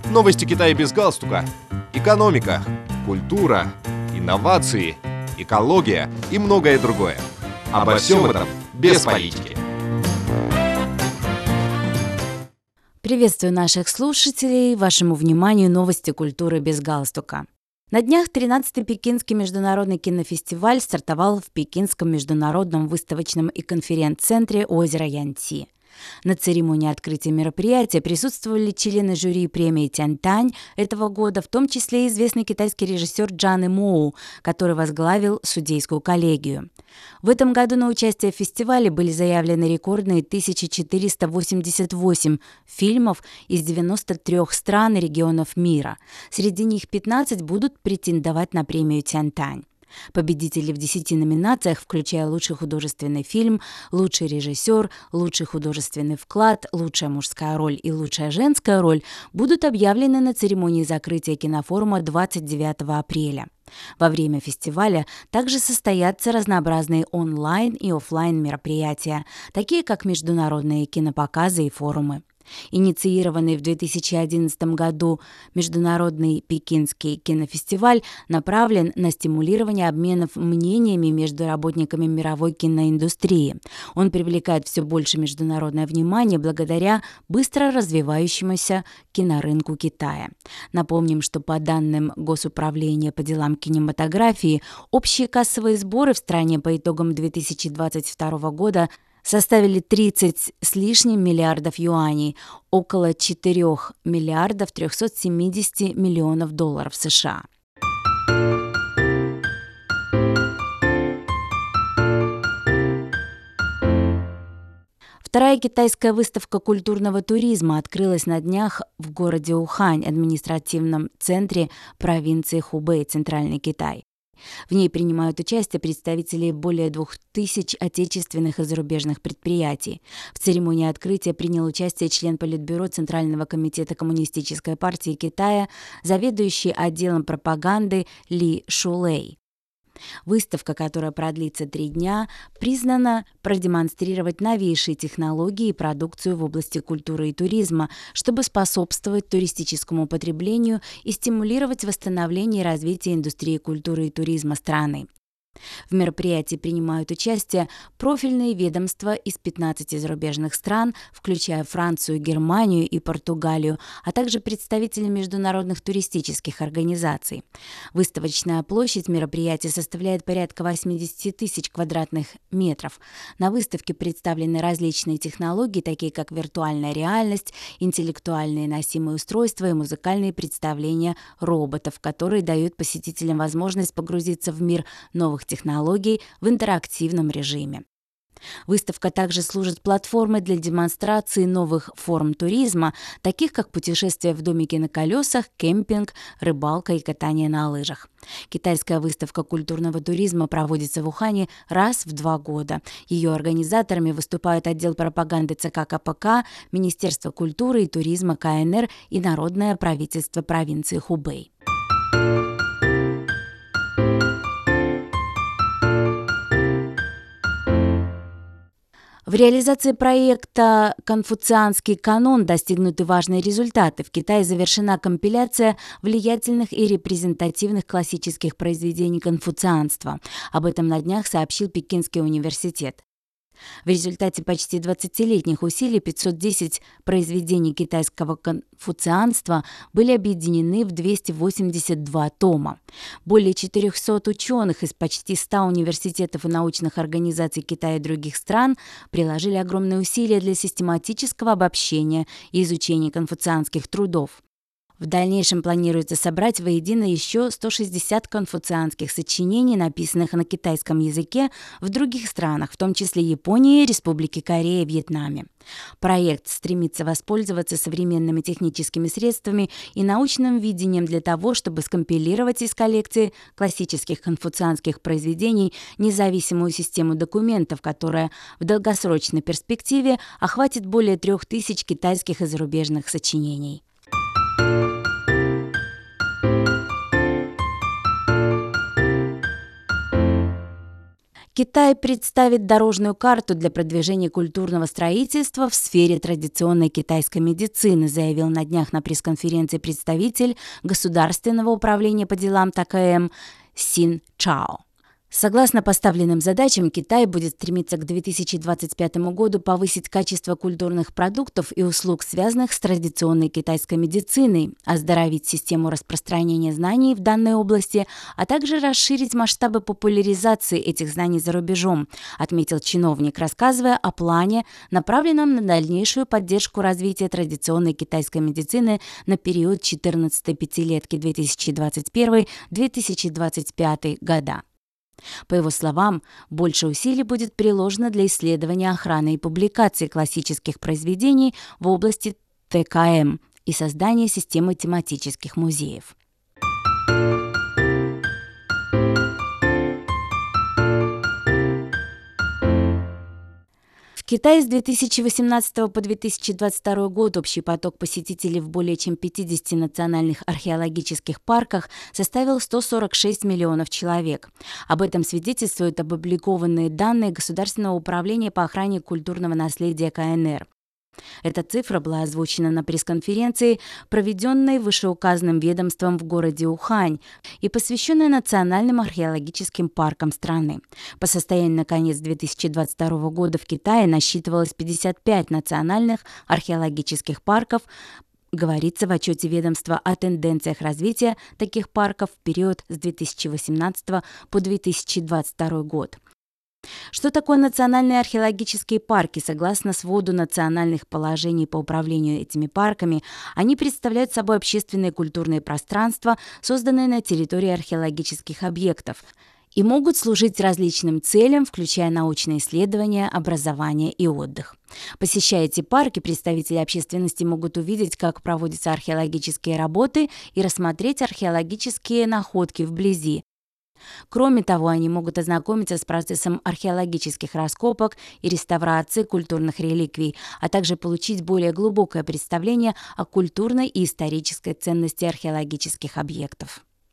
Новости Китая без галстука. Экономика, культура, инновации, экология и многое другое. Обо всем этом без политики. Приветствую наших слушателей. Вашему вниманию новости культуры без галстука. На днях 13-й Пекинский международный кинофестиваль стартовал в Пекинском международном выставочном и конференц-центре озера Янцзи. На церемонии открытия мероприятия присутствовали члены жюри премии Тяньтань этого года, в том числе известный китайский режиссер Чжан Имоу, который возглавил судейскую коллегию. В этом году на участие в фестивале были заявлены рекордные 1488 фильмов из 93 стран и регионов мира. Среди них 15 будут претендовать на премию Тяньтань. Победители в 10 номинациях, включая лучший художественный фильм, лучший режиссер, лучший художественный вклад, лучшая мужская роль и лучшая женская роль, будут объявлены на церемонии закрытия кинофорума 29 апреля. Во время фестиваля также состоятся разнообразные онлайн и офлайн мероприятия, такие как международные кинопоказы и форумы. Инициированный в 2011 году Международный Пекинский кинофестиваль направлен на стимулирование обменов мнениями между работниками мировой киноиндустрии. Он привлекает все больше международное внимание благодаря быстро развивающемуся кинорынку Китая. Напомним, что по данным Госуправления по делам кинематографии, общие кассовые сборы в стране по итогам 2022 года составили 30 с лишним миллиардов юаней, около 4 миллиардов 370 миллионов долларов США. Вторая китайская выставка культурного туризма открылась на днях в городе Ухань, административном центре провинции Хубэй, Центральный Китай. В ней принимают участие представители более 2000 отечественных и зарубежных предприятий. В церемонии открытия принял участие член Политбюро Центрального комитета Коммунистической партии Китая, заведующий отделом пропаганды Ли Шулэй. Выставка, которая продлится 3 дня, признана продемонстрировать новейшие технологии и продукцию в области культуры и туризма, чтобы способствовать туристическому потреблению и стимулировать восстановление и развитие индустрии культуры и туризма страны. В мероприятии принимают участие профильные ведомства из 15 зарубежных стран, включая Францию, Германию и Португалию, а также представители международных туристических организаций. Выставочная площадь мероприятия составляет порядка 80 тысяч квадратных метров. На выставке представлены различные технологии, такие как виртуальная реальность, интеллектуальные носимые устройства и музыкальные представления роботов, которые дают посетителям возможность погрузиться в мир новых технологий в интерактивном режиме. Выставка также служит платформой для демонстрации новых форм туризма, таких как путешествия в домике на колесах, кемпинг, рыбалка и катание на лыжах. Китайская выставка культурного туризма проводится в Ухане раз в 2 года. Ее организаторами выступают отдел пропаганды ЦК КПК, Министерство культуры и туризма КНР и Народное правительство провинции Хубэй. В реализации проекта «Конфуцианский канон» достигнуты важные результаты. В Китае завершена компиляция влиятельных и репрезентативных классических произведений конфуцианства. Об этом на днях сообщил Пекинский университет. В результате почти 20-летних усилий 510 произведений китайского конфуцианства были объединены в 282 тома. Более 400 ученых из почти 100 университетов и научных организаций Китая и других стран приложили огромные усилия для систематического обобщения и изучения конфуцианских трудов. В дальнейшем планируется собрать воедино еще 160 конфуцианских сочинений, написанных на китайском языке в других странах, в том числе Японии, Республике Корея и Вьетнаме. Проект стремится воспользоваться современными техническими средствами и научным видением для того, чтобы скомпилировать из коллекции классических конфуцианских произведений независимую систему документов, которая в долгосрочной перспективе охватит более 3000 китайских и зарубежных сочинений. Китай представит дорожную карту для продвижения культурного строительства в сфере традиционной китайской медицины, заявил на днях на пресс-конференции представитель Государственного управления по делам ТКМ Син Чао. Согласно поставленным задачам, Китай будет стремиться к 2025 году повысить качество культурных продуктов и услуг, связанных с традиционной китайской медициной, оздоровить систему распространения знаний в данной области, а также расширить масштабы популяризации этих знаний за рубежом, отметил чиновник, рассказывая о плане, направленном на дальнейшую поддержку развития традиционной китайской медицины на период 14-й пятилетки 2021-2025 года. По его словам, больше усилий будет приложено для исследования, охраны и публикации классических произведений в области ТКМ и создания системы тематических музеев. В Китае с 2018 по 2022 год общий поток посетителей в более чем 50 национальных археологических парках составил 146 миллионов человек. Об этом свидетельствуют опубликованные данные Государственного управления по охране культурного наследия КНР. Эта цифра была озвучена на пресс-конференции, проведенной вышеуказанным ведомством в городе Ухань и посвященной национальным археологическим паркам страны. По состоянию на конец 2022 года в Китае насчитывалось 55 национальных археологических парков. Говорится в отчете ведомства о тенденциях развития таких парков в период с 2018 по 2022 год. Что такое национальные археологические парки? Согласно своду национальных положений по управлению этими парками, они представляют собой общественные культурные пространства, созданные на территории археологических объектов, и могут служить различным целям, включая научные исследования, образование и отдых. Посещая эти парки, представители общественности могут увидеть, как проводятся археологические работы и рассмотреть археологические находки вблизи. Кроме того, они могут ознакомиться с процессом археологических раскопок и реставрации культурных реликвий, а также получить более глубокое представление о культурной и исторической ценности археологических объектов.